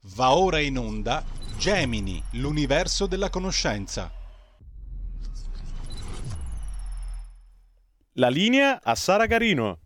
Va ora in onda Gemini, l'universo della conoscenza. La linea a Sara Carino.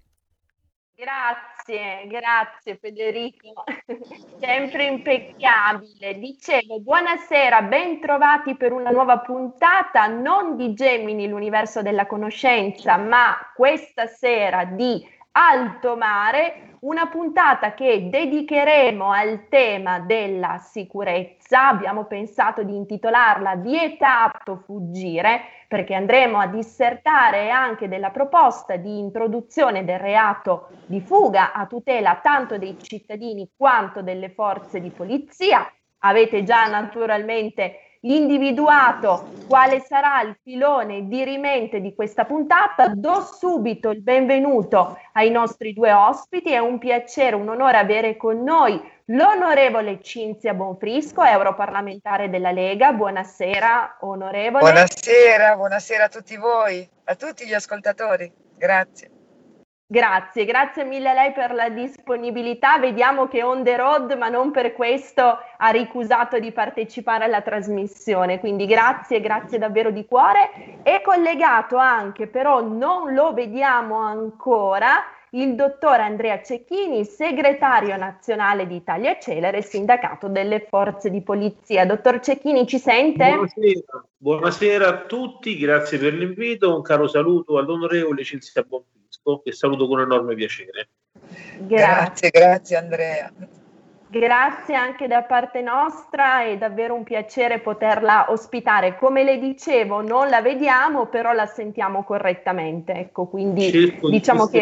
Grazie Federico, sempre impeccabile. Dicevo, buonasera, ben trovati per una nuova puntata, non di Gemini, l'universo della conoscenza, ma questa sera di Alto Mare, una puntata che dedicheremo al tema della sicurezza. Abbiamo pensato di intitolarla Vietato fuggire, perché andremo a dissertare anche della proposta di introduzione del reato di fuga a tutela tanto dei cittadini quanto delle forze di polizia. Avete già naturalmente individuato quale sarà il filone dirimente di questa puntata. Do subito il benvenuto ai nostri due ospiti. È un piacere, un onore avere con noi l'onorevole Cinzia Bonfrisco, europarlamentare della Lega. Buonasera, onorevole. Buonasera a tutti voi, a tutti gli ascoltatori. Grazie Grazie mille a lei per la disponibilità. Vediamo che on the road, ma non per questo ha ricusato di partecipare alla trasmissione. Quindi grazie davvero di cuore. È collegato anche, però non lo vediamo ancora, il dottor Andrea Cecchini, segretario nazionale di Italia Celere, sindacato delle forze di polizia. Dottor Cecchini, ci sente? Buonasera a tutti, grazie per l'invito. Un caro saluto all'onorevole Cinzia Bonfrisco, che saluto con enorme piacere. Grazie Andrea. Grazie anche da parte nostra, è davvero un piacere poterla ospitare. Come le dicevo, non la vediamo, però la sentiamo correttamente. Ecco, quindi diciamo che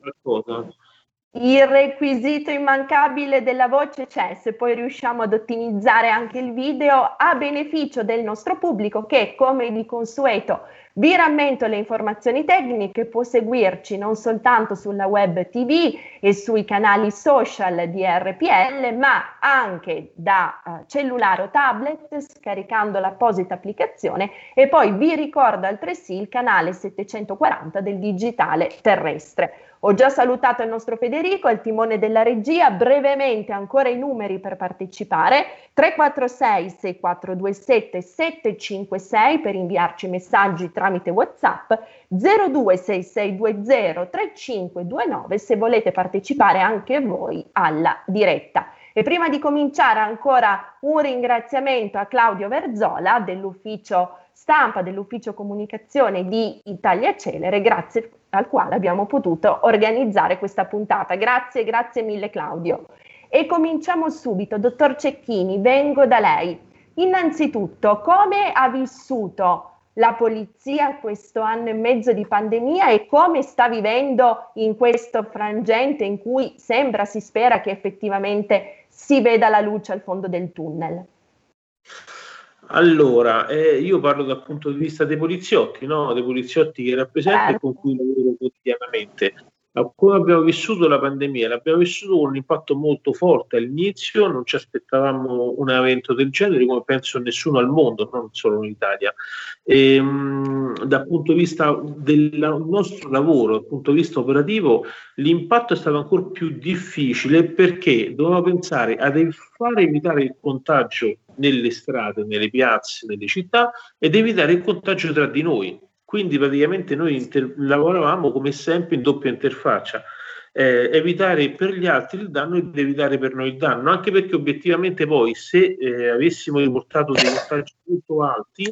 il requisito immancabile della voce c'è, se poi riusciamo ad ottimizzare anche il video a beneficio del nostro pubblico che, come di consueto, vi rammento le informazioni tecniche, può seguirci non soltanto sulla web TV e sui canali social di RPL, ma anche da cellulare o tablet scaricando l'apposita applicazione, e poi vi ricordo altresì il canale 740 del digitale terrestre. Ho già salutato il nostro Federico al timone della regia. Brevemente ancora i numeri per partecipare: 346 6427 756 per inviarci messaggi tramite WhatsApp, 026620 3529 se volete partecipare anche voi alla diretta. E prima di cominciare ancora un ringraziamento a Claudio Verzola dell'ufficio stampa, dell'ufficio comunicazione di Italia Celere, grazie al quale abbiamo potuto organizzare questa puntata. Grazie mille Claudio. E cominciamo subito. Dottor Cecchini, vengo da lei. Innanzitutto, come ha vissuto la polizia questo anno e mezzo di pandemia e come sta vivendo in questo frangente in cui sembra, si spera che effettivamente si veda la luce al fondo del tunnel? Allora, io parlo dal punto di vista dei poliziotti, no? Dei poliziotti che rappresento e con cui lavoro quotidianamente. Come abbiamo vissuto la pandemia? L'abbiamo vissuto con un impatto molto forte all'inizio, non ci aspettavamo un evento del genere, come penso nessuno al mondo, non solo in Italia. Dal punto di vista del nostro lavoro, dal punto di vista operativo, l'impatto è stato ancora più difficile perché dovevamo pensare a fare evitare il contagio nelle strade, nelle piazze, nelle città, ed evitare il contagio tra di noi. Quindi praticamente noi lavoravamo come sempre in doppia interfaccia, evitare per gli altri il danno ed evitare per noi il danno, anche perché obiettivamente poi se avessimo riportato dei contagi molto alti,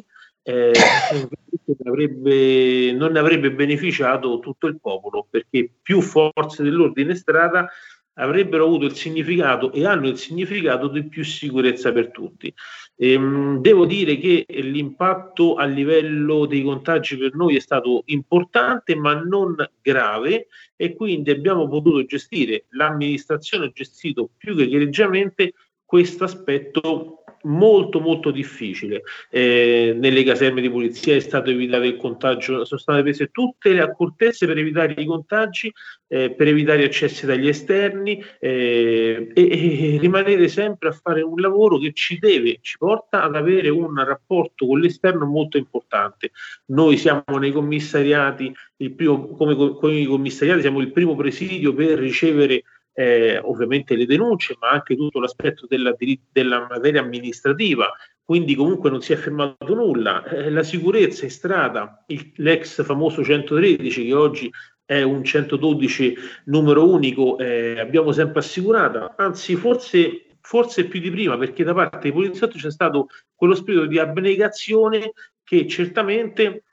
non ne avrebbe beneficiato tutto il popolo, perché più forze dell'ordine in strada avrebbero avuto il significato e hanno il significato di più sicurezza per tutti. Devo dire che l'impatto a livello dei contagi per noi è stato importante ma non grave, e quindi abbiamo potuto gestire, l'amministrazione ha gestito più che egregiamente questo aspetto molto difficile. Nelle caserme di polizia è stato evitato il contagio, sono state prese tutte le accortezze per evitare i contagi, per evitare accessi dagli esterni, e rimanere sempre a fare un lavoro che ci porta ad avere un rapporto con l'esterno molto importante. Noi siamo nei commissariati, come i commissariati siamo il primo presidio per ricevere ovviamente le denunce, ma anche tutto l'aspetto della materia amministrativa, quindi comunque non si è fermato nulla. La sicurezza in strada, l'ex famoso 113 che oggi è un 112 numero unico, abbiamo sempre assicurata, anzi forse più di prima, perché da parte dei poliziotti c'è stato quello spirito di abnegazione che certamente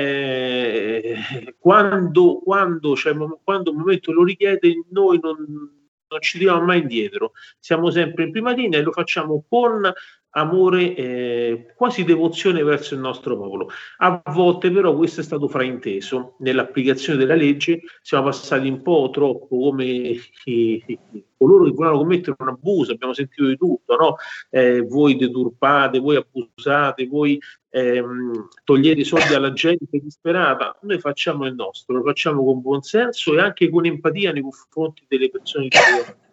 quando un momento lo richiede, noi non ci tiriamo mai indietro, siamo sempre in prima linea e lo facciamo con amore, quasi devozione verso il nostro popolo. A volte però questo è stato frainteso nell'applicazione della legge, siamo passati un po' troppo come coloro che volevano commettere un abuso, abbiamo sentito di tutto, no? Voi deturpate, voi abusate, voi togliete i soldi alla gente disperata. Noi facciamo il nostro, lo facciamo con buon senso e anche con empatia nei confronti delle persone che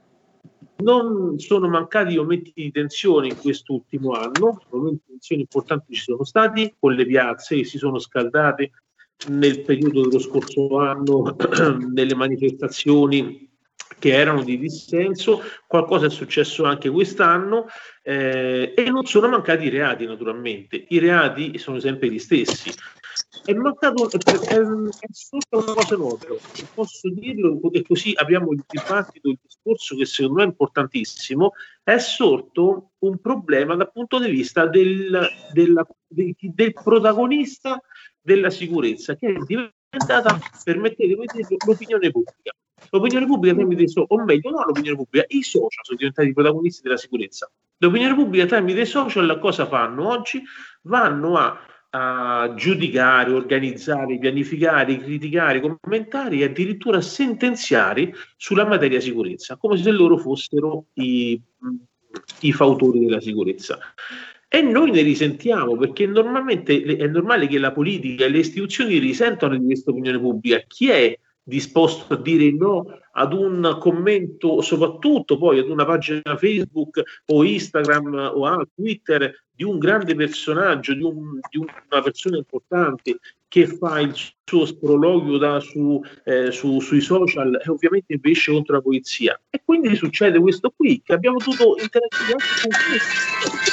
non sono mancati momenti di tensione in quest'ultimo anno, momenti di tensione importanti ci sono stati, con le piazze che si sono scaldate nel periodo dello scorso anno, nelle manifestazioni che erano di dissenso, qualcosa è successo anche quest'anno, e non sono mancati i reati naturalmente, i reati sono sempre gli stessi. È mancato, è sorta una cosa nuova, posso dirlo, e così apriamo il dibattito, il discorso che secondo me è importantissimo. È sorto un problema dal punto di vista del protagonista della sicurezza, che è diventata, permettetemi di dirlo, l'opinione pubblica. L'opinione pubblica tramite o meglio, no, l'opinione pubblica, i social sono diventati i protagonisti della sicurezza. L'opinione pubblica tramite i social cosa fanno oggi? Vanno a giudicare, organizzare, pianificare, criticare, commentare e addirittura sentenziare sulla materia sicurezza, come se loro fossero i fautori della sicurezza. E noi ne risentiamo, perché normalmente è normale che la politica e le istituzioni risentano di questa opinione pubblica. Chi è disposto a dire no ad un commento, soprattutto poi ad una pagina Facebook o Instagram o a Twitter di un grande personaggio, di una persona importante che fa il suo sproloquio sui social, e ovviamente invece contro la polizia? E quindi succede questo qui, che abbiamo dovuto interagire anche con questo.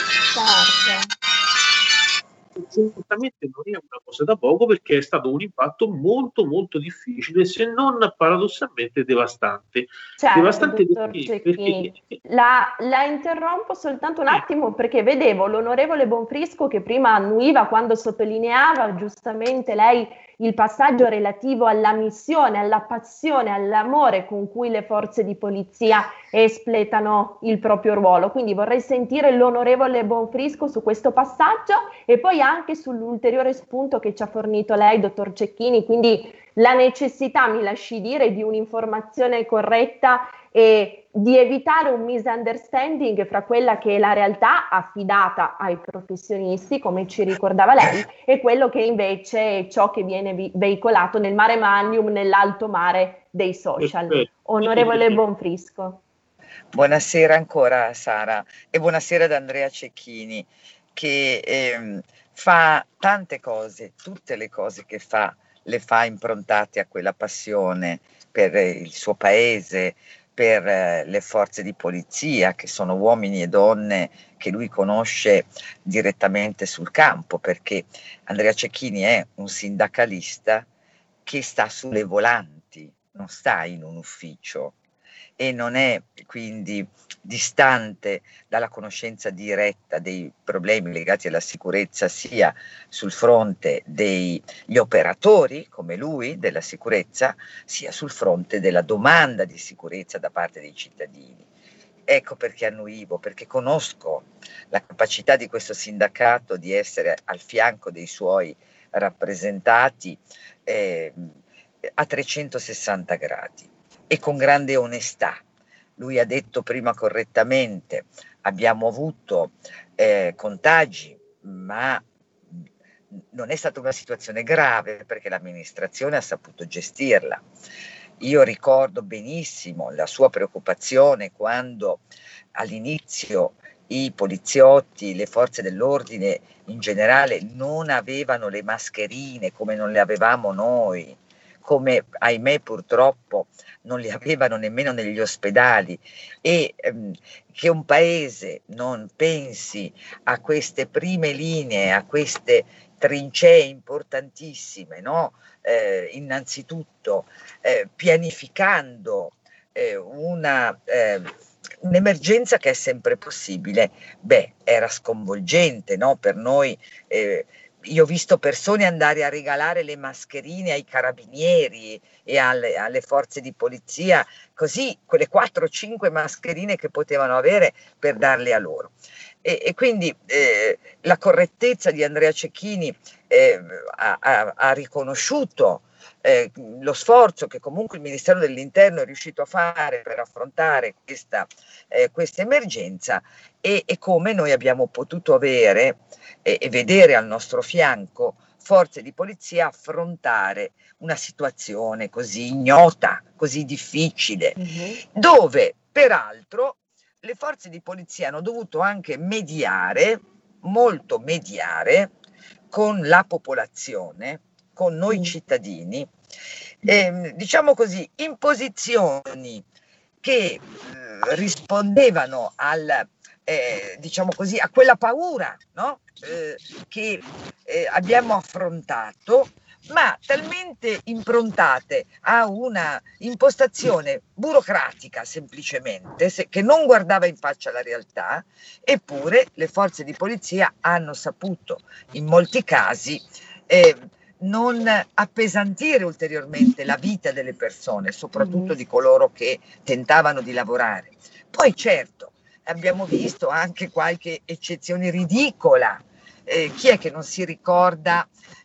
Certamente non è una cosa da poco, perché è stato un impatto molto molto difficile, se non paradossalmente devastante. Certo, devastante perché la interrompo soltanto un attimo, perché vedevo l'onorevole Bonfrisco che prima annuiva quando sottolineava giustamente lei il passaggio relativo alla missione, alla passione, all'amore con cui le forze di polizia espletano il proprio ruolo. Quindi vorrei sentire l'onorevole Bonfrisco su questo passaggio e poi anche sull'ulteriore spunto che ci ha fornito lei, dottor Cecchini, quindi la necessità, mi lasci dire, di un'informazione corretta e di evitare un misunderstanding fra quella che è la realtà affidata ai professionisti, come ci ricordava lei, e quello che invece è ciò che viene veicolato nel mare magnum, nell'alto mare dei social. Onorevole Bonfrisco. Buonasera ancora Sara e buonasera ad Andrea Cecchini, che fa tante cose, tutte le cose che fa le fa improntate a quella passione per il suo paese, per le forze di polizia, che sono uomini e donne che lui conosce direttamente sul campo, perché Andrea Cecchini è un sindacalista che sta sulle volanti, non sta in un ufficio e non è quindi distante dalla conoscenza diretta dei problemi legati alla sicurezza, sia sul fronte degli operatori, come lui, della sicurezza, sia sul fronte della domanda di sicurezza da parte dei cittadini. Ecco perché annuivo, perché conosco la capacità di questo sindacato di essere al fianco dei suoi rappresentati a 360 gradi e con grande onestà. Lui ha detto prima correttamente, abbiamo avuto contagi, ma non è stata una situazione grave perché l'amministrazione ha saputo gestirla. Io ricordo benissimo la sua preoccupazione quando all'inizio i poliziotti, le forze dell'ordine in generale non avevano le mascherine come non le avevamo noi, come ahimè purtroppo non li avevano nemmeno negli ospedali, e che un paese non pensi a queste prime linee, a queste trincee importantissime, no? Innanzitutto pianificando un'emergenza che è sempre possibile, era sconvolgente, no? Per noi. Io ho visto persone andare a regalare le mascherine ai carabinieri e alle forze di polizia, così quelle 4-5 mascherine che potevano avere per darle a loro. E quindi la correttezza di Andrea Cecchini ha riconosciuto lo sforzo che comunque il Ministero dell'Interno è riuscito a fare per affrontare questa emergenza, e come noi abbiamo potuto avere e vedere al nostro fianco forze di polizia affrontare una situazione così ignota, così difficile, dove peraltro le forze di polizia hanno dovuto anche molto mediare con la popolazione, con noi cittadini, diciamo così, in posizioni che rispondevano diciamo così, a quella paura, no? Che abbiamo affrontato, ma talmente improntate a una impostazione burocratica semplicemente, che non guardava in faccia la realtà, eppure le forze di polizia hanno saputo in molti casi non appesantire ulteriormente la vita delle persone, soprattutto di coloro che tentavano di lavorare. Poi certo, abbiamo visto anche qualche eccezione ridicola. Chi è che non si ricorda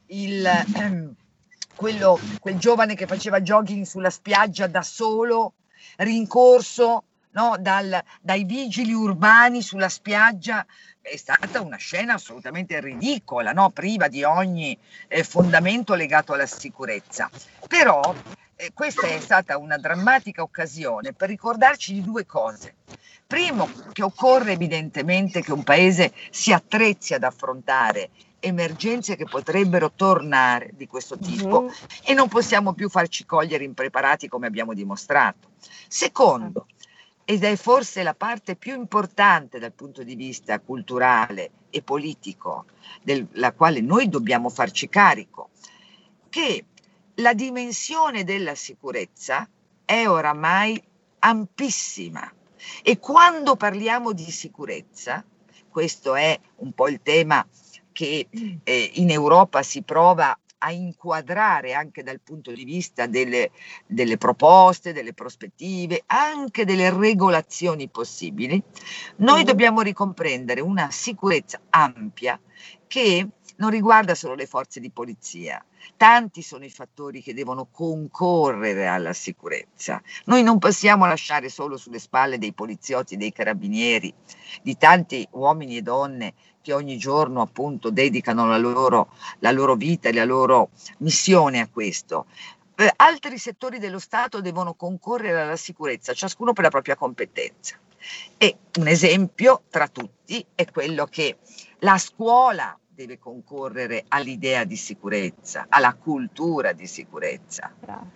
quel giovane che faceva jogging sulla spiaggia da solo, rincorso, no, dai vigili urbani sulla spiaggia? È stata una scena assolutamente ridicola, no? Priva di ogni fondamento legato alla sicurezza. Però questa è stata una drammatica occasione per ricordarci di due cose. Primo, che occorre evidentemente che un paese si attrezzi ad affrontare emergenze che potrebbero tornare di questo tipo, e non possiamo più farci cogliere impreparati come abbiamo dimostrato. Secondo, ed è forse la parte più importante dal punto di vista culturale e politico, della quale noi dobbiamo farci carico, che la dimensione della sicurezza è oramai ampissima, e quando parliamo di sicurezza, questo è un po' il tema che in Europa si prova a inquadrare anche dal punto di vista delle proposte, delle prospettive, anche delle regolazioni possibili, noi dobbiamo ricomprendere una sicurezza ampia che non riguarda solo le forze di polizia. Tanti sono i fattori che devono concorrere alla sicurezza. Noi non possiamo lasciare solo sulle spalle dei poliziotti, dei carabinieri, di tanti uomini e donne che ogni giorno appunto dedicano la loro vita e la loro missione a questo. Altri settori dello Stato devono concorrere alla sicurezza, ciascuno per la propria competenza. E un esempio tra tutti è quello che la scuola deve concorrere all'idea di sicurezza, alla cultura di sicurezza.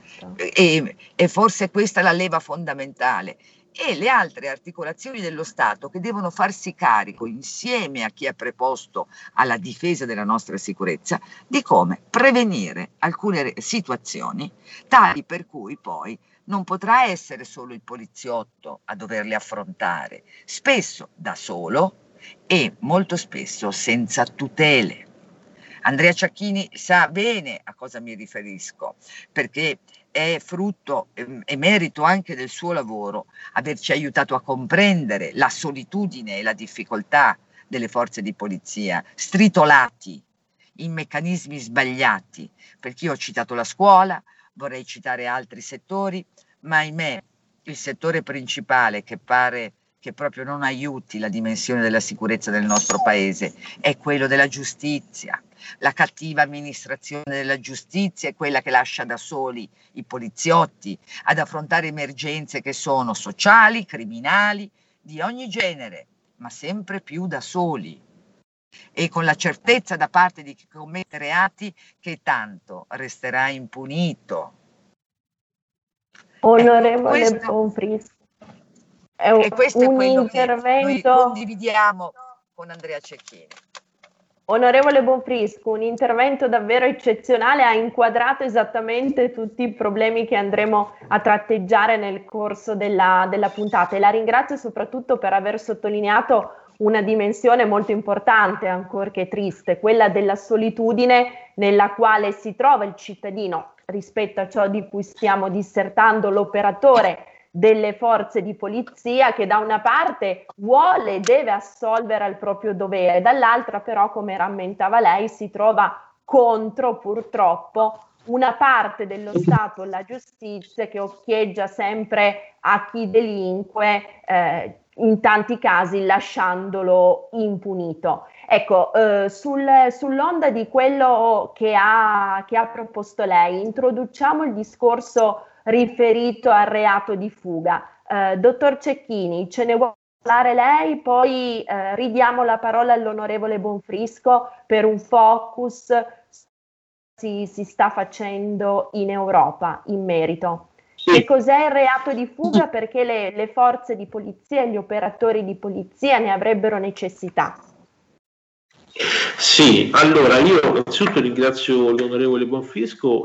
E forse questa è la leva fondamentale. E le altre articolazioni dello Stato che devono farsi carico, insieme a chi è preposto alla difesa della nostra sicurezza, di come prevenire alcune situazioni tali per cui poi non potrà essere solo il poliziotto a doverle affrontare, spesso da solo e molto spesso senza tutele. Andrea Cecchini sa bene a cosa mi riferisco, perché è frutto e merito anche del suo lavoro averci aiutato a comprendere la solitudine e la difficoltà delle forze di polizia, stritolati in meccanismi sbagliati, perché io ho citato la scuola, vorrei citare altri settori, ma ahimè il settore principale che pare che proprio non aiuti la dimensione della sicurezza del nostro paese è quello della giustizia. La cattiva amministrazione della giustizia è quella che lascia da soli i poliziotti ad affrontare emergenze che sono sociali, criminali, di ogni genere, ma sempre più da soli, e con la certezza da parte di chi commette reati che tanto resterà impunito. Onorevole Bonfrisco, e questo è un quello intervento... che noi condividiamo con Andrea Cecchini. Onorevole Bonfrisco, un intervento davvero eccezionale, ha inquadrato esattamente tutti i problemi che andremo a tratteggiare nel corso della puntata, e la ringrazio soprattutto per aver sottolineato una dimensione molto importante, ancorché triste, quella della solitudine nella quale si trova il cittadino rispetto a ciò di cui stiamo dissertando, l'operatore delle forze di polizia, che da una parte vuole e deve assolvere al proprio dovere, dall'altra però, come rammentava lei, si trova contro, purtroppo, una parte dello Stato, la giustizia, che occhieggia sempre a chi delinque, in tanti casi lasciandolo impunito. Ecco, sull'onda di quello che ha proposto lei, introduciamo il discorso riferito al reato di fuga. Dottor Cecchini, ce ne vuole parlare lei? Poi ridiamo la parola all'onorevole Bonfrisco per un focus si sta facendo in Europa in merito. Che cos'è il reato di fuga? Perché le forze di polizia e gli operatori di polizia ne avrebbero necessità. Sì, allora io innanzitutto ringrazio l'onorevole Bonfrisco,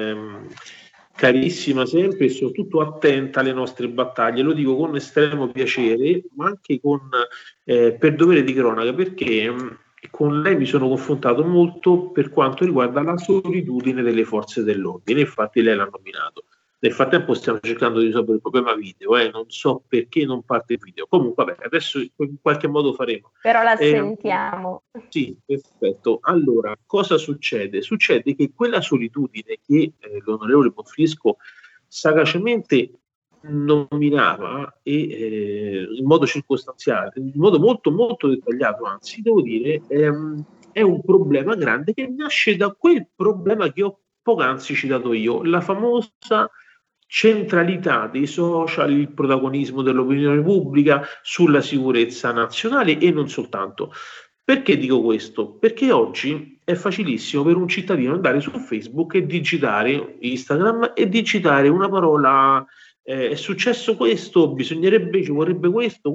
carissima sempre e soprattutto attenta alle nostre battaglie, lo dico con estremo piacere, ma anche per dovere di cronaca, perché con lei mi sono confrontato molto per quanto riguarda la solitudine delle forze dell'ordine, infatti lei l'ha nominato. Nel frattempo stiamo cercando di risolvere il problema video, non so perché non parte il video. Comunque, vabbè, adesso in qualche modo faremo. Però la sentiamo. Sì, perfetto. Allora, cosa succede? Succede che quella solitudine che l'onorevole Bonfrisco sagacemente nominava e in modo circostanziale, in modo molto molto dettagliato, anzi, devo dire, è un problema grande che nasce da quel problema che ho poc'anzi citato io, la famosa centralità dei social, il protagonismo dell'opinione pubblica sulla sicurezza nazionale e non soltanto. Perché dico questo? Perché oggi è facilissimo per un cittadino andare su Facebook e digitare Instagram e digitare una parola, è successo questo, bisognerebbe, ci vorrebbe questo,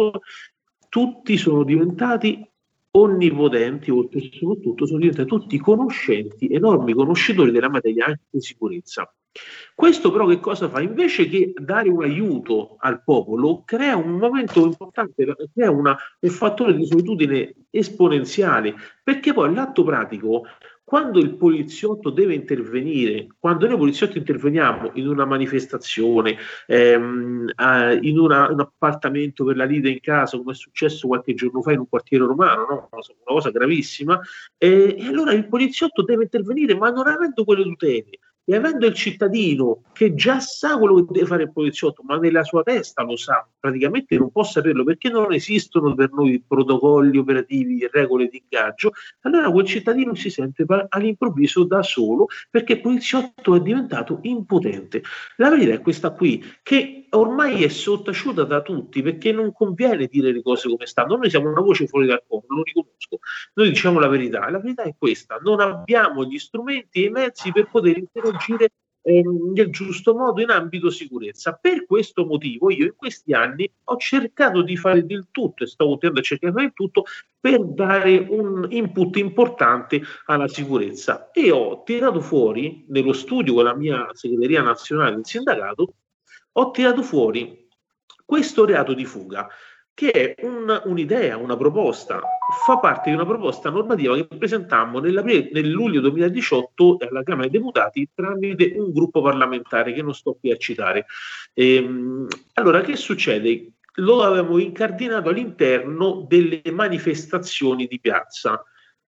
tutti sono diventati onnipotenti, oltre soprattutto sono diventati tutti conoscenti, enormi conoscitori della materia anche di sicurezza. Questo però che cosa fa? Invece che dare un aiuto al popolo, crea un momento importante, crea un fattore di solitudine esponenziale, perché poi l'atto pratico, quando il poliziotto deve intervenire, quando noi poliziotti interveniamo in una manifestazione, in un appartamento per la lite in casa, come è successo qualche giorno fa in un quartiere romano, no? Una cosa gravissima, e allora il poliziotto deve intervenire, ma non avendo quelle tutele, e avendo il cittadino che già sa quello che deve fare il poliziotto, ma nella sua testa lo sa, praticamente non può saperlo perché non esistono per noi protocolli operativi, regole di ingaggio, allora quel cittadino si sente all'improvviso da solo perché il poliziotto è diventato impotente. La verità è questa qui, che ormai è sottaciuta da tutti perché non conviene dire le cose come stanno. Noi siamo una voce fuori dal coro, non lo riconosco. Noi diciamo la verità è questa: non abbiamo gli strumenti e i mezzi per poter interagire nel giusto modo in ambito sicurezza. Per questo motivo io in questi anni ho cercato di fare del tutto e sto continuando a cercare di fare del tutto per dare un input importante alla sicurezza, e ho tirato fuori nello studio con la mia segreteria nazionale del sindacato, ho tirato fuori questo reato di fuga, che è un'idea, una proposta, fa parte di una proposta normativa che presentammo nel luglio 2018 alla Camera dei Deputati tramite un gruppo parlamentare che non sto qui a citare. Allora, che succede? Lo avevamo incardinato all'interno delle manifestazioni di piazza.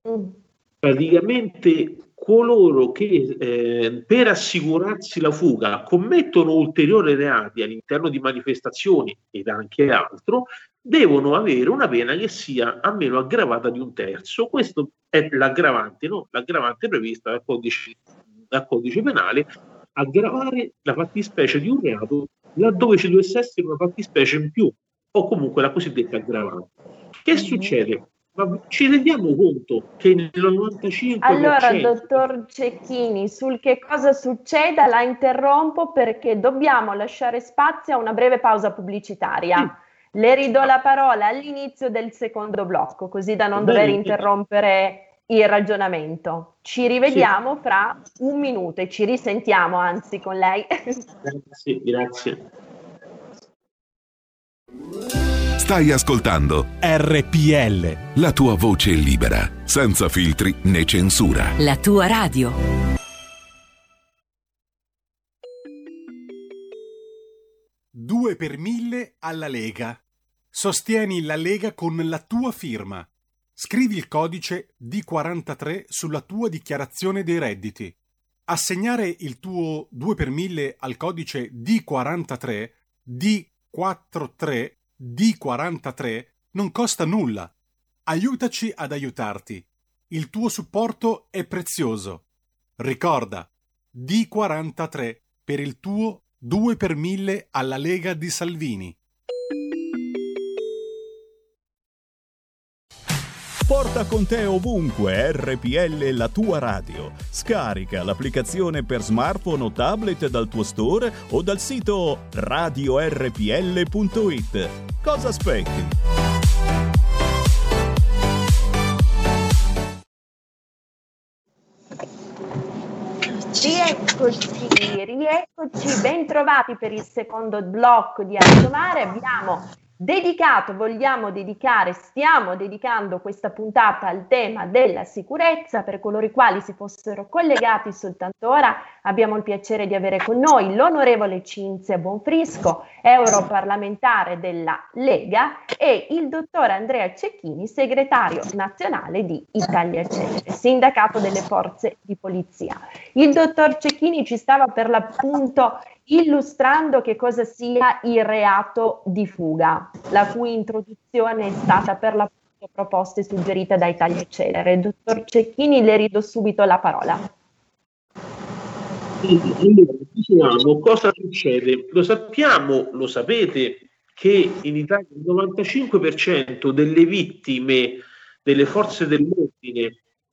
Praticamente coloro che per assicurarsi la fuga commettono ulteriori reati all'interno di manifestazioni ed anche altro, devono avere una pena che sia almeno aggravata di un terzo. Questo è l'aggravante, no? L'aggravante prevista dal codice penale, aggravare la fattispecie di un reato laddove ci dovesse essere una fattispecie in più, o comunque la cosiddetta aggravante. Che succede? Ma ci rendiamo conto che nel 95%... Allora, dottor Cecchini, sul che cosa succeda la interrompo perché dobbiamo lasciare spazio a una breve pausa pubblicitaria. Le ridò la parola all'inizio del secondo blocco, così da non dover interrompere il ragionamento. Ci rivediamo fra un minuto e ci risentiamo, anzi, con lei. Grazie. Stai ascoltando RPL, la tua voce libera, senza filtri né censura. La tua radio. Due per 1000 alla Lega. Sostieni la Lega con la tua firma. Scrivi il codice D43 sulla tua dichiarazione dei redditi. Assegnare il tuo 2 per 1000 al codice D43, D43, D43 non costa nulla. Aiutaci ad aiutarti. Il tuo supporto è prezioso. Ricorda, D43 per il tuo 2 per 1000 alla Lega di Salvini. Porta con te ovunque RPL, la tua radio. Scarica l'applicazione per smartphone o tablet dal tuo store o dal sito radiorpl.it. Cosa aspetti? Rieccoci, ben trovati per il secondo blocco di Mare. Stiamo dedicando questa puntata al tema della sicurezza. Per coloro i quali si fossero collegati soltanto ora, abbiamo il piacere di avere con noi l'onorevole Cinzia Bonfrisco, europarlamentare della Lega, e il dottor Andrea Cecchini, segretario nazionale di Italia Celere, sindacato delle forze di polizia. Il dottor Cecchini ci stava per l'appunto illustrando che cosa sia il reato di fuga, la cui introduzione è stata per l'appunto proposta e suggerita da Italia Celere. Dottor Cecchini, le rido subito la parola. Allora, diciamo, cosa succede? Lo sappiamo, lo sapete, che in Italia il 95% delle vittime delle forze dell'ordine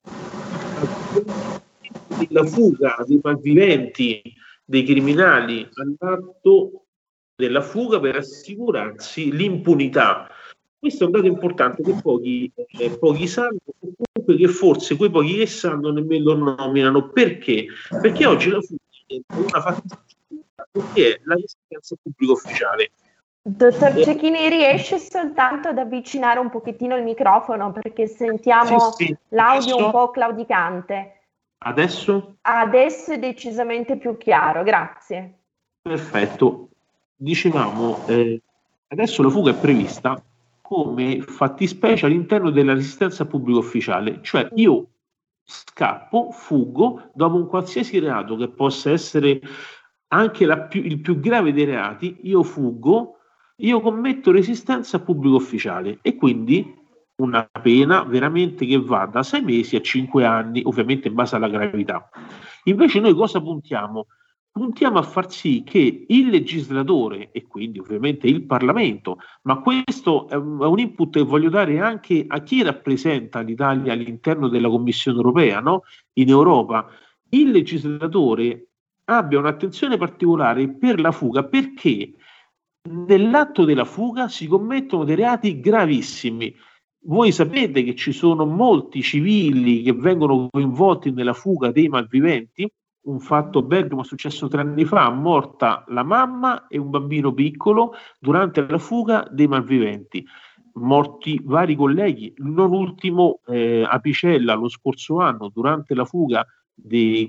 della fuga dei malviventi, dei criminali, all'atto della fuga per assicurarsi l'impunità. Questo è un dato importante che pochi sanno, o comunque che forse quei pochi che sanno nemmeno lo nominano. Perché? Perché oggi la fuga è una fattispecie che è la resistenza pubblica ufficiale. Dottor Cecchini, riesce soltanto ad avvicinare un pochettino il microfono perché sentiamo l'audio un po' claudicante. Adesso? Adesso è decisamente più chiaro, grazie. Perfetto. Dicevamo, adesso la fuga è prevista come fattispecie all'interno della resistenza pubblica ufficiale, cioè io scappo, fuggo dopo un qualsiasi reato che possa essere anche il più grave dei reati, io fuggo, io commetto resistenza pubblica ufficiale e quindi una pena veramente che va da 6 mesi a 5 anni, ovviamente in base alla gravità. Invece noi cosa puntiamo? Puntiamo a far sì che il legislatore e quindi ovviamente il Parlamento, ma questo è un input che voglio dare anche a chi rappresenta l'Italia all'interno della Commissione europea, no? In Europa, il legislatore abbia un'attenzione particolare per la fuga, perché nell'atto della fuga si commettono dei reati gravissimi. Voi sapete che ci sono molti civili che vengono coinvolti nella fuga dei malviventi. Un fatto a Bergamo è successo 3 anni fa, morta la mamma e un bambino piccolo durante la fuga dei malviventi. Morti vari colleghi, non ultimo Apicella lo scorso anno durante la fuga dei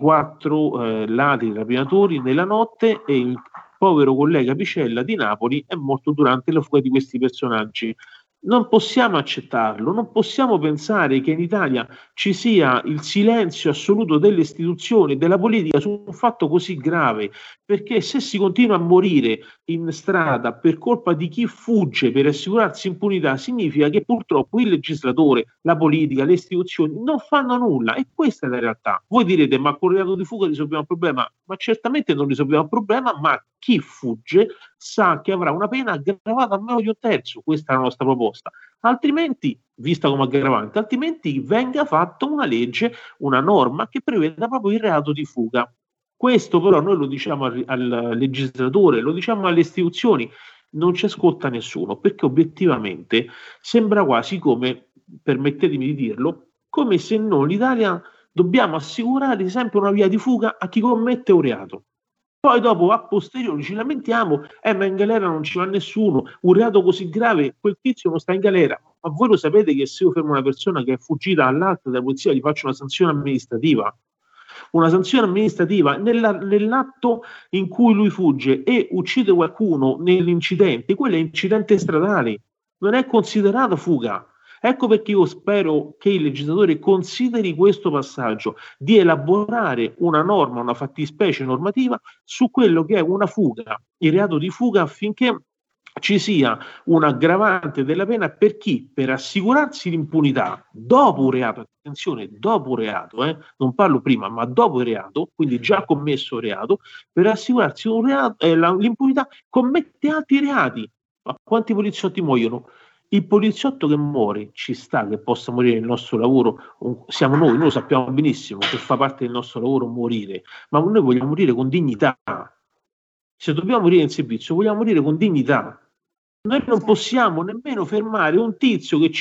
4 ladri rapinatori nella notte, e il povero collega Apicella di Napoli è morto durante la fuga di questi personaggi. Non possiamo accettarlo, non possiamo pensare che in Italia ci sia il silenzio assoluto delle istituzioni e della politica su un fatto così grave, perché se si continua a morire in strada per colpa di chi fugge per assicurarsi impunità, significa che purtroppo il legislatore, la politica, le istituzioni non fanno nulla, e questa è la realtà. Voi direte, ma con il reato di fuga risolviamo il problema? Ma certamente non risolviamo il problema, ma chi fugge sa che avrà una pena aggravata a meno di 1/3, questa è la nostra proposta. Altrimenti vista come aggravante, altrimenti venga fatta una legge, una norma che preveda proprio il reato di fuga. Questo però noi lo diciamo al legislatore, lo diciamo alle istituzioni, non ci ascolta nessuno, perché obiettivamente sembra quasi come, permettetemi di dirlo, come se noi l'Italia dobbiamo assicurare sempre una via di fuga a chi commette un reato. Poi dopo a posteriori ci lamentiamo, ma in galera non ci va nessuno, un reato così grave, quel tizio non sta in galera. Ma voi lo sapete che se io fermo una persona che è fuggita all'alta della polizia gli faccio una sanzione amministrativa? Una sanzione amministrativa nell'atto in cui lui fugge e uccide qualcuno nell'incidente, quello è incidente stradale, non è considerato fuga. Ecco perché io spero che il legislatore consideri questo passaggio di elaborare una norma, una fattispecie normativa su quello che è una fuga, il reato di fuga, affinché ci sia un aggravante della pena per chi, per assicurarsi l'impunità dopo un reato, attenzione, dopo un reato, non parlo prima, ma dopo il reato, quindi già commesso il reato, per assicurarsi un reato, l'impunità, commette altri reati. Ma quanti poliziotti muoiono? Il poliziotto che muore, ci sta che possa morire nel nostro lavoro, siamo noi lo sappiamo benissimo che fa parte del nostro lavoro morire, ma noi vogliamo morire con dignità. Se dobbiamo morire in servizio, vogliamo morire con dignità. Noi non possiamo nemmeno fermare un tizio che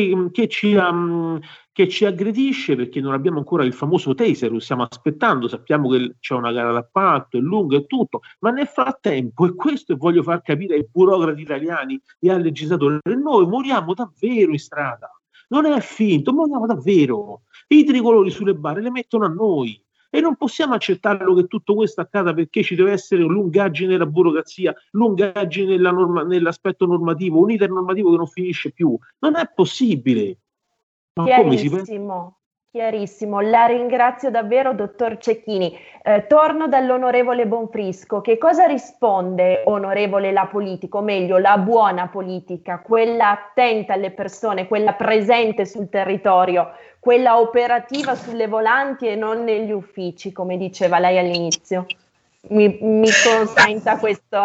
ci aggredisce, perché non abbiamo ancora il famoso taser, lo stiamo aspettando, sappiamo che c'è una gara d'appalto, è lunga e tutto, ma nel frattempo, e questo voglio far capire ai burocrati italiani e al legislatore, noi moriamo davvero in strada, non è finto, moriamo davvero. I tricolori sulle barre le mettono a noi. E non possiamo accettarlo che tutto questo accada perché ci deve essere lungaggine nella burocrazia, lungaggine nell'aspetto normativo, un iter normativo che non finisce più. Non è possibile. Ma chiarissimo, chiarissimo. La ringrazio davvero, dottor Cecchini. Torno dall'onorevole Bonfrisco. Che cosa risponde, onorevole, la politica, o meglio la buona politica, quella attenta alle persone, quella presente sul territorio, quella operativa sulle volanti e non negli uffici, come diceva lei all'inizio? Mi consenta questo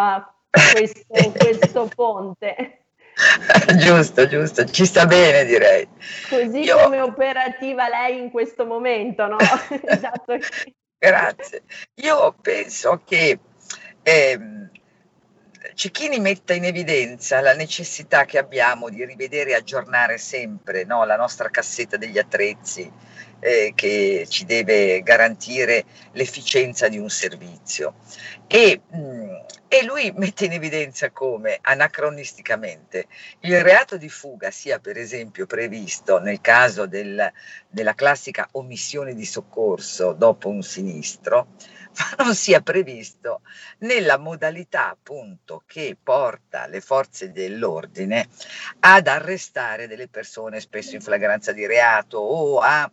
ponte. Giusto, ci sta bene, direi. Così come operativa lei in questo momento, no? Esatto. Grazie. Io penso che Cecchini metta in evidenza la necessità che abbiamo di rivedere e aggiornare sempre, no, la nostra cassetta degli attrezzi che ci deve garantire l'efficienza di un servizio. E lui mette in evidenza come anacronisticamente il reato di fuga sia per esempio previsto nel caso della classica omissione di soccorso dopo un sinistro, ma non sia previsto nella modalità appunto che porta le forze dell'ordine ad arrestare delle persone spesso in flagranza di reato o a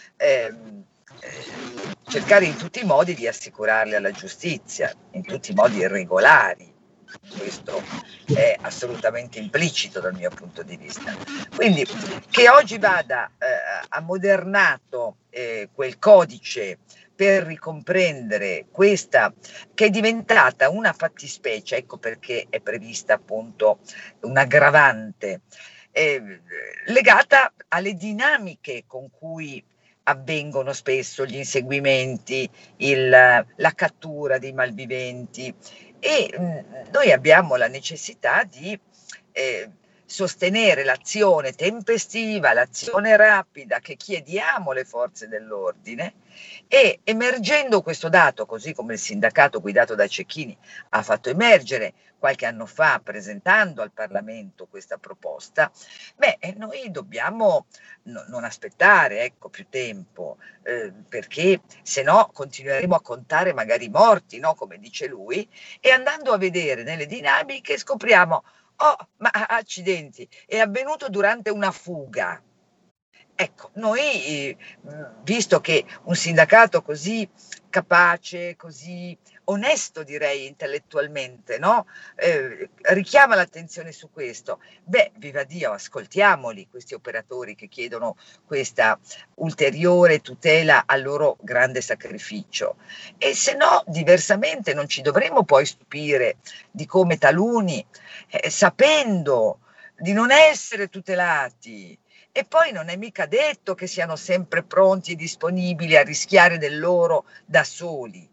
cercare in tutti i modi di assicurarle alla giustizia, in tutti i modi regolari. Questo è assolutamente implicito dal mio punto di vista. Quindi che oggi vada ammodernato quel codice per ricomprendere questa che è diventata una fattispecie, ecco perché è prevista appunto un'aggravante legata alle dinamiche con cui avvengono spesso gli inseguimenti, la cattura dei malviventi, e noi abbiamo la necessità di sostenere l'azione tempestiva, l'azione rapida che chiediamo alle forze dell'ordine, e emergendo questo dato, così come il sindacato guidato da Cecchini ha fatto emergere qualche anno fa presentando al Parlamento questa proposta, noi dobbiamo non aspettare più tempo, perché se no continueremo a contare magari morti, no? Come dice lui, e andando a vedere nelle dinamiche scopriamo ma accidenti, è avvenuto durante una fuga. Ecco, noi, visto che un sindacato così capace, così onesto direi intellettualmente, no? Richiama l'attenzione su questo, viva Dio, ascoltiamoli questi operatori che chiedono questa ulteriore tutela al loro grande sacrificio, e se no diversamente non ci dovremmo poi stupire di come taluni, sapendo di non essere tutelati E poi non è mica detto che siano sempre pronti e disponibili a rischiare del loro da soli.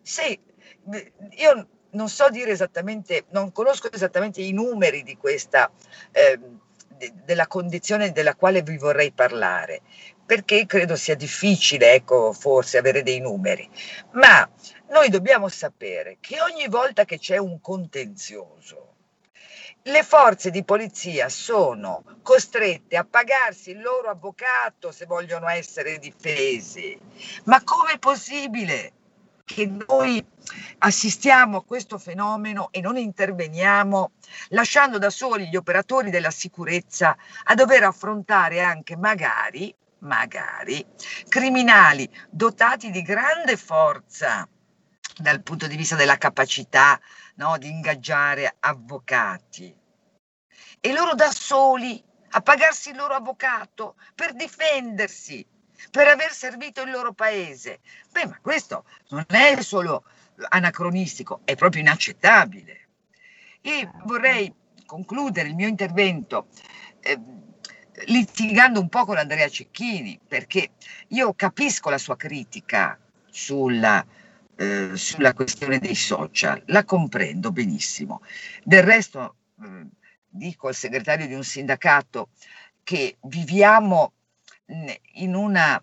Io non so dire esattamente, non conosco esattamente i numeri di questa, della condizione della quale vi vorrei parlare, perché credo sia difficile, ecco, forse avere dei numeri, ma noi dobbiamo sapere che ogni volta che c'è un contenzioso, le forze di polizia sono costrette a pagarsi il loro avvocato se vogliono essere difesi. Ma com'è possibile che noi assistiamo a questo fenomeno e non interveniamo, lasciando da soli gli operatori della sicurezza a dover affrontare anche magari criminali dotati di grande forza dal punto di vista della capacità, no, di ingaggiare avvocati, e loro da soli a pagarsi il loro avvocato per difendersi, per aver servito il loro paese. Beh, ma questo non è solo anacronistico, è proprio inaccettabile. E vorrei concludere il mio intervento litigando un po' con Andrea Cecchini, perché io capisco la sua critica sulla questione dei social, la comprendo benissimo. Del resto, dico al segretario di un sindacato che viviamo in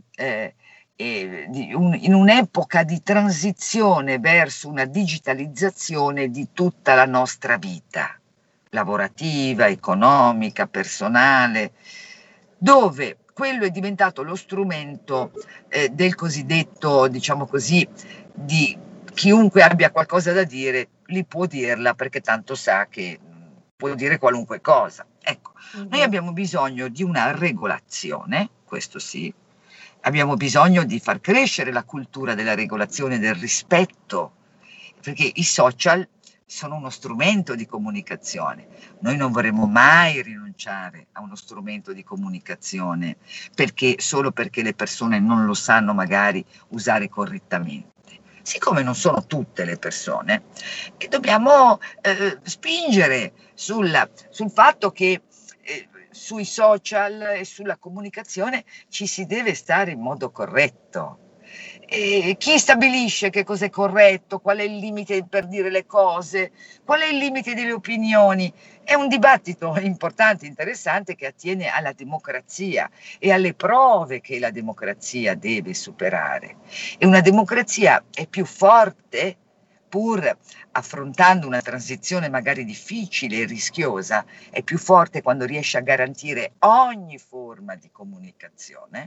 un'epoca di transizione verso una digitalizzazione di tutta la nostra vita, lavorativa, economica, personale, dove quello è diventato lo strumento del cosiddetto, diciamo così, di chiunque abbia qualcosa da dire, li può dirla perché tanto sa che può dire qualunque cosa. Ecco, noi abbiamo bisogno di una regolazione, questo sì, abbiamo bisogno di far crescere la cultura della regolazione, del rispetto, perché i social sono uno strumento di comunicazione. Noi non vorremmo mai rinunciare a uno strumento di comunicazione solo perché le persone non lo sanno magari usare correttamente. Siccome non sono tutte le persone, dobbiamo spingere sul fatto che sui social e sulla comunicazione ci si deve stare in modo corretto. Chi stabilisce che cos'è corretto, qual è il limite per dire le cose, qual è il limite delle opinioni? È un dibattito importante, interessante, che attiene alla democrazia e alle prove che la democrazia deve superare. E una democrazia è più forte, pur affrontando una transizione magari difficile e rischiosa, è più forte quando riesce a garantire ogni forma di comunicazione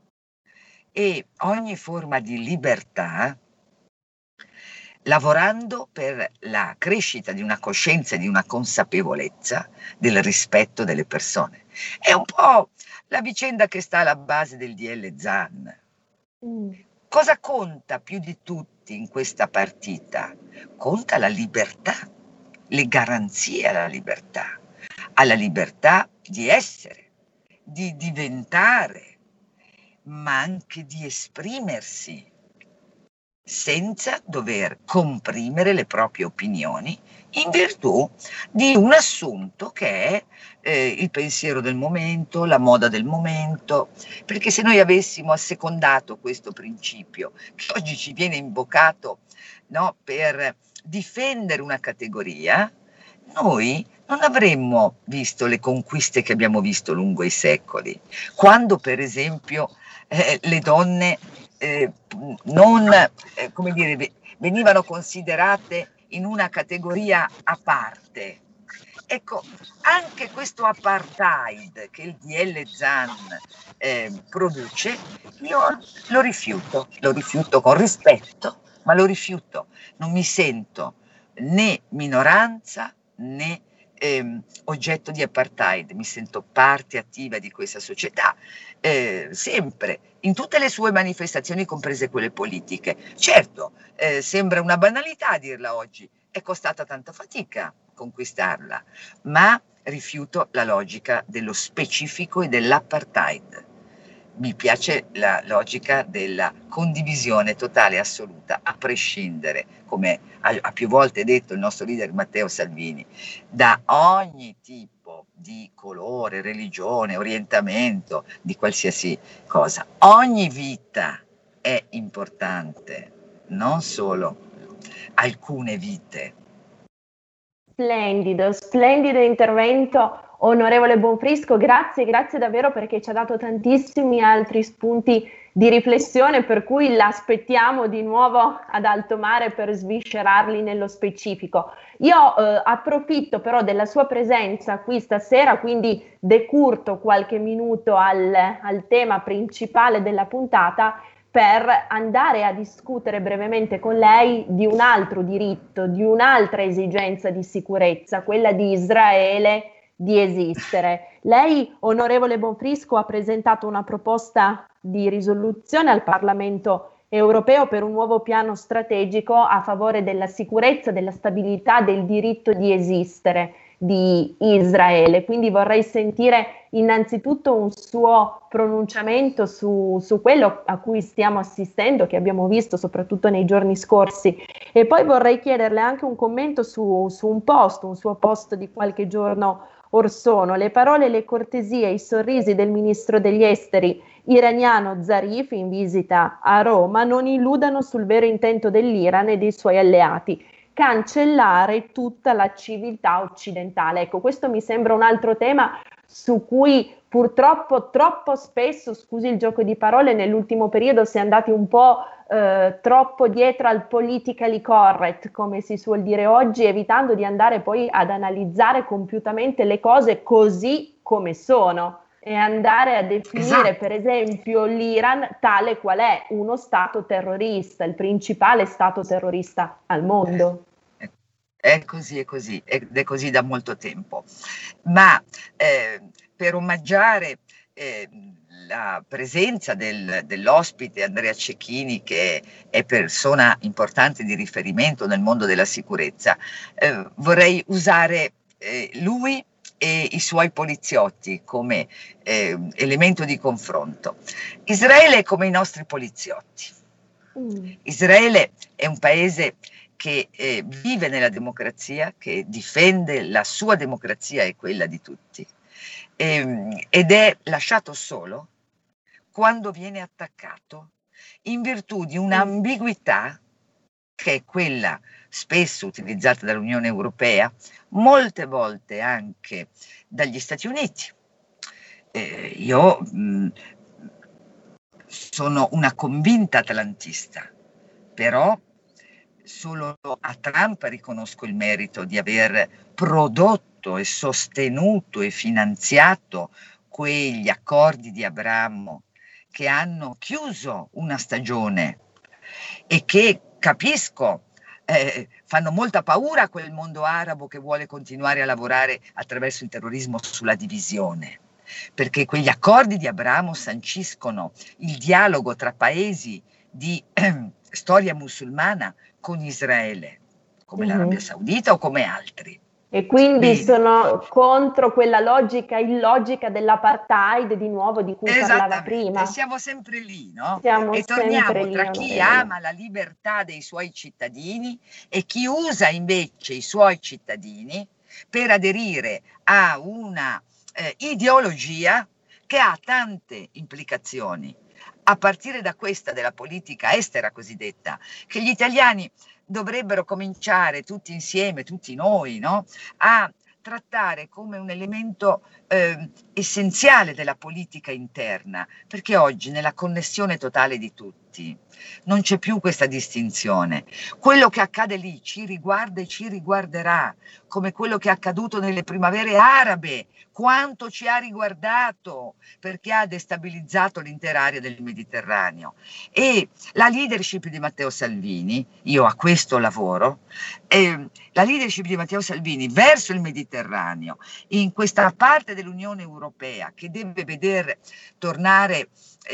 e ogni forma di libertà, lavorando per la crescita di una coscienza e di una consapevolezza del rispetto delle persone. È un po' la vicenda che sta alla base del DL Zan. Cosa conta più di tutti in questa partita? Conta la libertà, le garanzie alla libertà di essere, di diventare, ma anche di esprimersi senza dover comprimere le proprie opinioni in virtù di un assunto che è il pensiero del momento, la moda del momento, perché se noi avessimo assecondato questo principio che oggi ci viene invocato, no, per difendere una categoria, noi non avremmo visto le conquiste che abbiamo visto lungo i secoli, quando per esempio le donne venivano considerate in una categoria a parte. Ecco, anche questo apartheid che il DL Zan produce, io lo rifiuto con rispetto, ma lo rifiuto. Non mi sento né minoranza né oggetto di apartheid, mi sento parte attiva di questa società, sempre, in tutte le sue manifestazioni, comprese quelle politiche. Certo, sembra una banalità dirla oggi, è costata tanta fatica conquistarla, ma rifiuto la logica dello specifico e dell'apartheid. Mi piace la logica della condivisione totale e assoluta, a prescindere, come ha più volte detto il nostro leader Matteo Salvini, da ogni tipo di colore, religione, orientamento, di qualsiasi cosa. Ogni vita è importante, non solo alcune vite. Splendido, splendido intervento, onorevole Bonfrisco, grazie davvero perché ci ha dato tantissimi altri spunti di riflessione, per cui l'aspettiamo di nuovo ad alto mare per sviscerarli nello specifico. Io approfitto però della sua presenza qui stasera, quindi decurto qualche minuto al tema principale della puntata per andare a discutere brevemente con lei di un altro diritto, di un'altra esigenza di sicurezza, quella di Israele di esistere. Lei, onorevole Bonfrisco, ha presentato una proposta di risoluzione al Parlamento europeo per un nuovo piano strategico a favore della sicurezza, della stabilità, del diritto di esistere di Israele. Quindi vorrei sentire innanzitutto un suo pronunciamento su quello a cui stiamo assistendo, che abbiamo visto soprattutto nei giorni scorsi, e poi vorrei chiederle anche un commento su un suo post di qualche giorno or sono. Le parole, le cortesie, i sorrisi del ministro degli esteri iraniano Zarif in visita a Roma non illudano sul vero intento dell'Iran e dei suoi alleati: cancellare tutta la civiltà occidentale. Ecco, questo mi sembra un altro tema su cui purtroppo troppo spesso, scusi il gioco di parole, nell'ultimo periodo si è andati un po' troppo dietro al politically correct, come si suol dire oggi, evitando di andare poi ad analizzare compiutamente le cose così come sono e andare a definire, per esempio, l'Iran tale qual è, uno stato terrorista, il principale stato terrorista al mondo. È così, ed è così da molto tempo. Ma per omaggiare la presenza dell'ospite Andrea Cecchini, che è persona importante di riferimento nel mondo della sicurezza, vorrei usare lui e i suoi poliziotti come elemento di confronto. Israele è come i nostri poliziotti. Israele è un paese che vive nella democrazia, che difende la sua democrazia e quella di tutti, ed è lasciato solo quando viene attaccato in virtù di un'ambiguità che è quella spesso utilizzata dall'Unione Europea, molte volte anche dagli Stati Uniti. Io sono una convinta atlantista, però solo a Trump riconosco il merito di aver prodotto e sostenuto e finanziato quegli accordi di Abramo che hanno chiuso una stagione e che, capisco, fanno molta paura a quel mondo arabo che vuole continuare a lavorare attraverso il terrorismo sulla divisione, perché quegli accordi di Abramo sanciscono il dialogo tra paesi di storia musulmana con Israele, come l'Arabia Saudita o come altri. E quindi sono contro quella logica illogica dell'apartheid, di nuovo, di cui parlava prima. Siamo sempre lì, no? Siamo e torniamo lì, tra chi ama la libertà dei suoi cittadini e chi usa invece i suoi cittadini per aderire a una ideologia che ha tante implicazioni, a partire da questa della politica estera cosiddetta, che gli italiani dovrebbero cominciare tutti insieme, tutti noi, no? A trattare come un elemento essenziale della politica interna, perché oggi nella connessione totale di tutti non c'è più questa distinzione. Quello che accade lì ci riguarda e ci riguarderà, come quello che è accaduto nelle primavere arabe, quanto ci ha riguardato, perché ha destabilizzato l'intera area del Mediterraneo. E la leadership di Matteo Salvini, io a questo lavoro, la leadership di Matteo Salvini verso il Mediterraneo, in questa parte dell'Unione Europea che deve veder tornare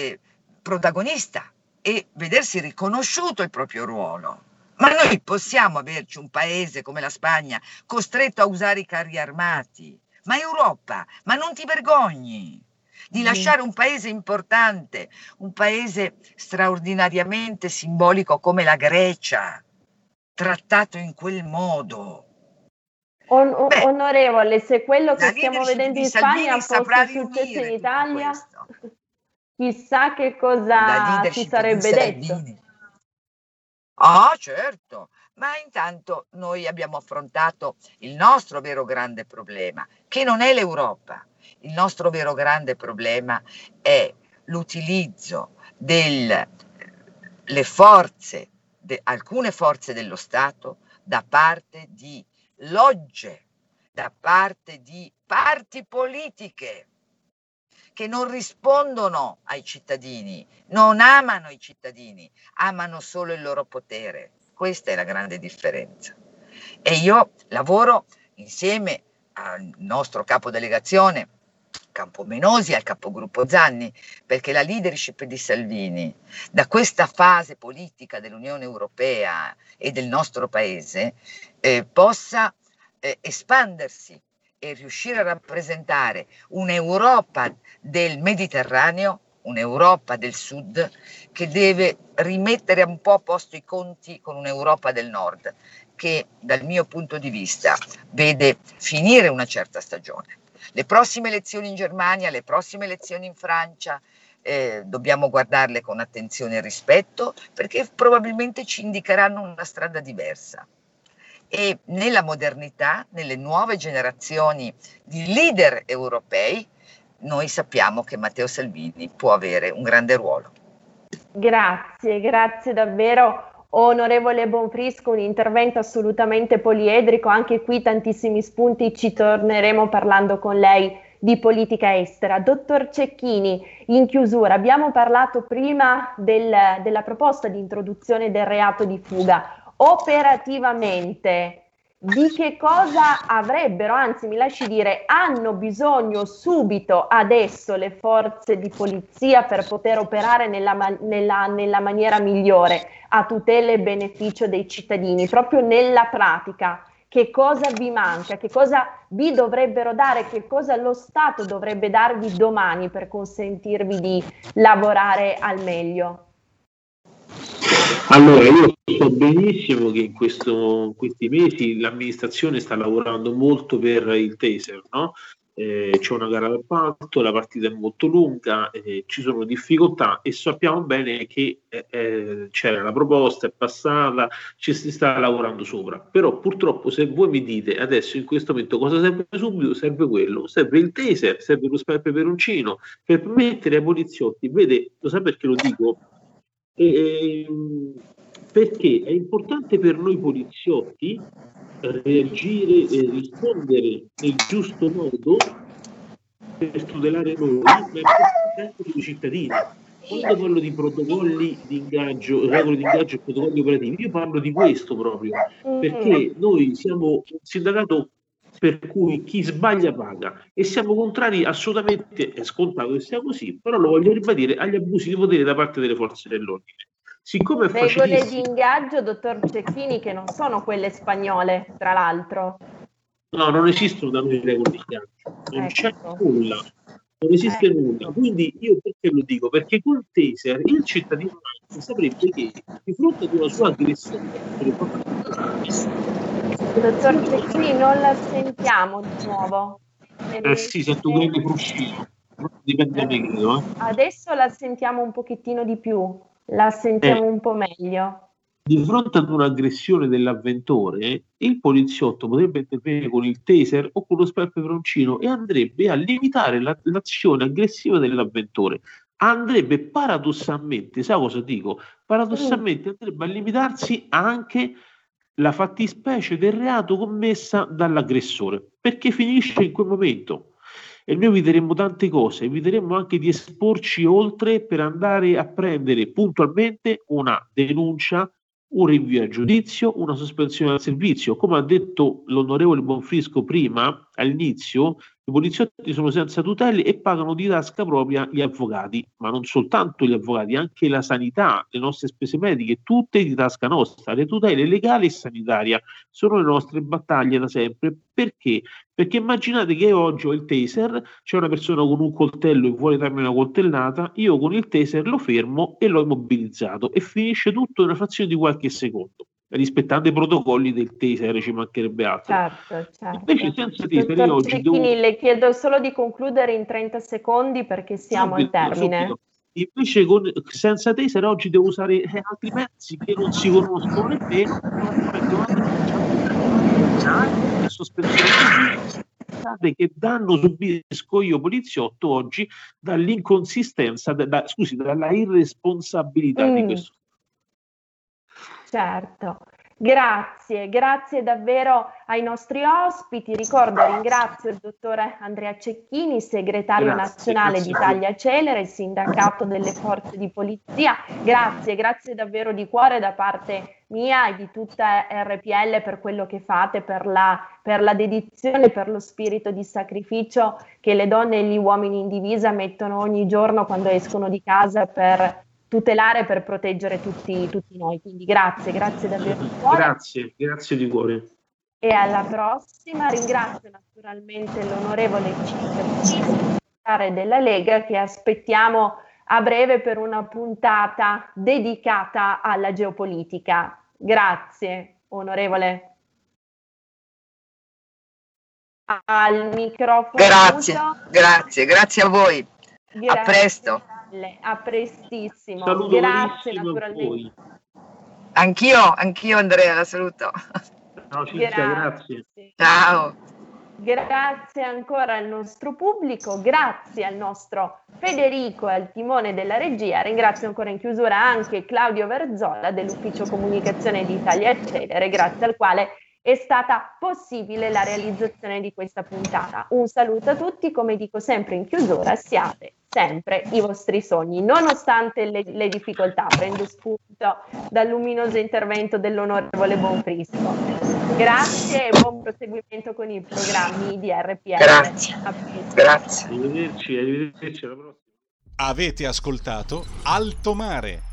protagonista e vedersi riconosciuto il proprio ruolo. Ma noi possiamo averci un paese come la Spagna costretto a usare i carri armati? Ma Europa, ma non ti vergogni di lasciare un paese importante, un paese straordinariamente simbolico come la Grecia, trattato in quel modo? Onorevole, se quello che stiamo vedendo in Spagna fosse successo in Italia, chissà che cosa ci sarebbe detto. Ah, certo, ma intanto noi abbiamo affrontato il nostro vero grande problema, che non è l'Europa. Il nostro vero grande problema è l'utilizzo delle forze, alcune forze dello Stato da parte di logge, da parte di parti politiche che non rispondono ai cittadini, non amano i cittadini, amano solo il loro potere. Questa è la grande differenza. E io lavoro insieme al nostro capodelegazione Campomenosi, al capogruppo Zanni, perché la leadership di Salvini da questa fase politica dell'Unione Europea e del nostro paese possa espandersi e riuscire a rappresentare un'Europa del Mediterraneo, un'Europa del Sud, che deve rimettere un po' a posto i conti con un'Europa del Nord, che dal mio punto di vista vede finire una certa stagione. Le prossime elezioni in Germania, le prossime elezioni in Francia, dobbiamo guardarle con attenzione e rispetto, perché probabilmente ci indicheranno una strada diversa. E nella modernità, nelle nuove generazioni di leader europei, noi sappiamo che Matteo Salvini può avere un grande ruolo. Grazie davvero. Onorevole Bonfrisco, un intervento assolutamente poliedrico, anche qui tantissimi spunti, ci torneremo parlando con lei di politica estera. Dottor Cecchini, in chiusura abbiamo parlato prima della proposta di introduzione del reato di fuga. Operativamente di che cosa avrebbero, anzi mi lasci dire, hanno bisogno subito adesso le forze di polizia per poter operare nella maniera migliore a tutela e beneficio dei cittadini, proprio nella pratica? Che cosa vi manca? Che cosa vi dovrebbero dare? Che cosa lo Stato dovrebbe darvi domani per consentirvi di lavorare al meglio? Allora, io so benissimo che in questi mesi l'amministrazione sta lavorando molto per il taser, no? C'è una gara d'appalto, la partita è molto lunga, ci sono difficoltà e sappiamo bene che c'era la proposta, è passata, ci si sta lavorando sopra. Però purtroppo se voi mi dite adesso in questo momento cosa serve subito, serve quello, serve il taser, serve lo spray peperoncino per permettere ai poliziotti, vede, lo sa perché lo dico? Perché è importante per noi poliziotti reagire e rispondere nel giusto modo per tutelare noi, ma è importante anche per i cittadini. Quando parlo di protocolli di ingaggio, regole di ingaggio e protocolli operativi, io parlo di questo proprio, perché noi siamo un sindacato per cui chi sbaglia paga e siamo contrari assolutamente, è scontato che sia così, però lo voglio ribadire, agli abusi di potere da parte delle forze dell'ordine. Siccome è regole di ingaggio, dottor Cecchini, che non sono quelle spagnole, tra l'altro. No, non esistono da noi regole di ingaggio, non c'è nulla, non esiste nulla. Quindi io perché lo dico? Perché col taser il cittadino saprebbe che di fronte ad una sua aggressione, dottor Cecchini, non la sentiamo di nuovo. Sì, sento quelli fruscino, dipende da me, credo. Adesso la sentiamo un pochettino di più. La sentiamo un po' meglio. Di fronte ad un'aggressione dell'avventore, il poliziotto potrebbe intervenire con il taser o con lo spray peperoncino e andrebbe a limitare l'azione aggressiva dell'avventore. Andrebbe paradossalmente, sa cosa dico? Paradossalmente andrebbe a limitarsi anche la fattispecie del reato commessa dall'aggressore, perché finisce in quel momento. E noi eviteremmo tante cose, eviteremmo anche di esporci oltre per andare a prendere puntualmente una denuncia, un rinvio a giudizio, una sospensione dal servizio. Come ha detto l'onorevole Bonfrisco prima, all'inizio, i poliziotti sono senza tutele e pagano di tasca propria gli avvocati, ma non soltanto gli avvocati, anche la sanità, le nostre spese mediche, tutte di tasca nostra. Le tutele legali e sanitaria sono le nostre battaglie da sempre. Perché? Perché immaginate che oggi ho il taser, c'è una persona con un coltello e vuole darmi una coltellata, io con il taser lo fermo e l'ho immobilizzato e finisce tutto in una frazione di qualche secondo. rispettando i protocolli del taser, ci mancherebbe altro. Certo. Invece senza taser oggi Cecchini, le chiedo solo di concludere in 30 secondi perché siamo al termine. Subito. Invece senza taser oggi devo usare altri mezzi che non si conoscono nemmeno, sospensione che danno subisco io poliziotto oggi dall'inconsistenza, dalla irresponsabilità di questo. Certo. Grazie davvero ai nostri ospiti. Ringrazio il dottore Andrea Cecchini, segretario nazionale di Italia Celere, sindacato delle forze di polizia. Grazie davvero di cuore da parte mia e di tutta RPL per quello che fate, per la dedizione, per lo spirito di sacrificio che le donne e gli uomini in divisa mettono ogni giorno quando escono di casa per tutelare, per proteggere tutti noi. Quindi grazie davvero di cuore. Grazie di cuore. E alla prossima. Ringrazio naturalmente l'onorevole segretario della Lega, che aspettiamo a breve per una puntata dedicata alla geopolitica. Grazie, onorevole. Al microfono. Grazie a voi. A presto. A prestissimo. Saluto grazie naturalmente. Anch'io Andrea, la saluto. Ciao Cinzia, grazie. Ciao. Grazie ancora al nostro pubblico, grazie al nostro Federico al timone della regia. Ringrazio ancora in chiusura anche Claudio Verzola dell'Ufficio Comunicazione di Italia Celere, grazie al quale è stata possibile la realizzazione di questa puntata. Un saluto a tutti, come dico sempre in chiusura, siate sempre i vostri sogni, nonostante le difficoltà. Prendo spunto dal luminoso intervento dell'onorevole Bonfrisco. Grazie e buon proseguimento con i programmi di RPL. Grazie. Arrivederci, alla prossima. Avete ascoltato Alto Mare.